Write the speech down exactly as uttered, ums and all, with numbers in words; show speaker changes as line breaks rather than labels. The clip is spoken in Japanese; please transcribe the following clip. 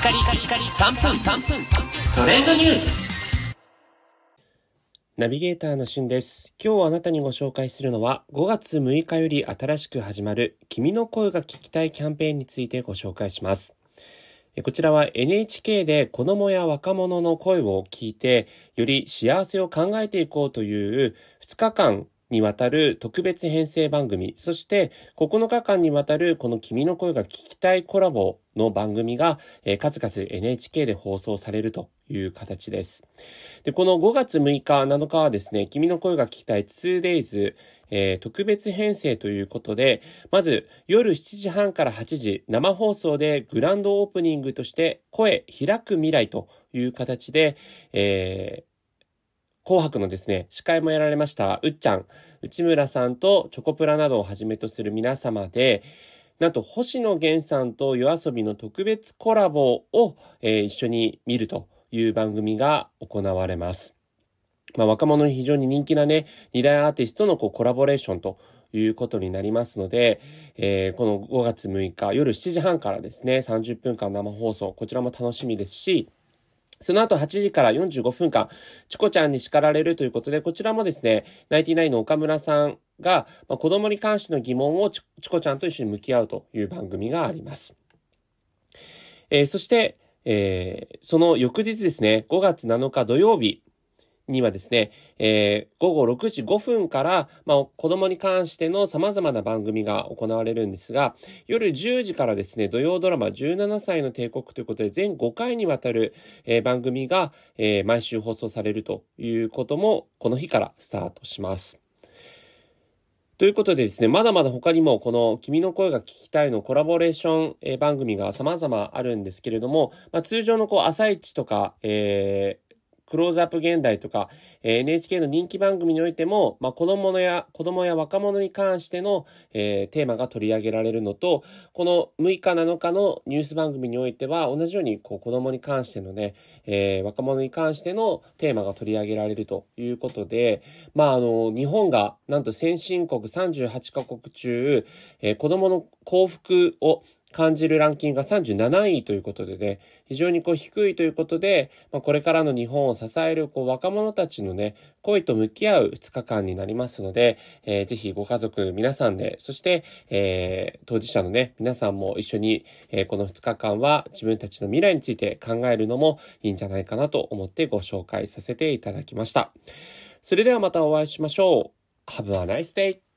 カリカリカリさんぷんさんぷんトレンドニュース。
ナビゲーターのしゅんです。今日あなたにご紹介するのはごがつむいかより新しく始まる君の声が聞きたいキャンペーンについてご紹介します。こちらは エヌエイチケー で子どもや若者の声を聞いてより幸せを考えていこうというふつかかんにわたる特別編成番組、そしてここのかかんにわたるこの君の声が聞きたいコラボの番組が、えー、数々 エヌエイチケー で放送されるという形です。で、このごがつむいか、なのかはですね、君の声が聞きたい ツーデイズ、えー、特別編成ということで、まず夜しちじはんからはちじ生放送でグランドオープニングとして声開く未来という形で、えー紅白のですね、司会もやられました、うっちゃん、内村さんとチョコプラなどをはじめとする皆様で、なんと星野源さんと夜遊びの特別コラボを、えー、一緒に見るという番組が行われます。まあ、若者に非常に人気なね、にだいアーティストのこうコラボレーションということになりますので、えー、このごがつむいか夜しちじはんからですね、さんじゅっぷんかん生放送、こちらも楽しみですし、その後はちじからよんじゅうごふんかん、チコちゃんに叱られるということで、こちらもですね、ナインティナインの岡村さんが、まあ、子供に関しての疑問をチコちゃんと一緒に向き合うという番組があります。えー、そして、えー、その翌日ですね、ごがつなのか土曜日にはですね、えー、ごごろくじごふんから、まあ、子供に関しての様々な番組が行われるんですが、夜じゅうじからですね、土曜ドラマじゅうななさいの帝国ということで、全ごかいにわたる、えー、番組が、えー、毎週放送されるということも、この日からスタートします。ということでですね、まだまだ他にもこの君の声が聞きたいのコラボレーション、えー、番組が様々あるんですけれども、まあ、通常のこう朝一とか、えークローズアップ現代とか、えー、エヌエイチケー の人気番組においても、まあ、子供のや、子供や若者に関しての、えー、テーマが取り上げられるのと、このむいかなのかのニュース番組においては、同じようにこう子供に関してのね、えー、若者に関してのテーマが取り上げられるということで、まあ、あの、日本がなんと先進国さんじゅうはちかこく中、えー、子供の幸福を感じるランキングがさんじゅうなないいということでね、非常にこう低いということで、まあ、これからの日本を支えるこう若者たちのね、声と向き合うふつかかんになりますので、えー、ぜひご家族皆さんで、そして、えー、当事者のね、皆さんも一緒に、えー、このふつかかんは自分たちの未来について考えるのもいいんじゃないかなと思ってご紹介させていただきました。それではまたお会いしましょう。Have a nice day!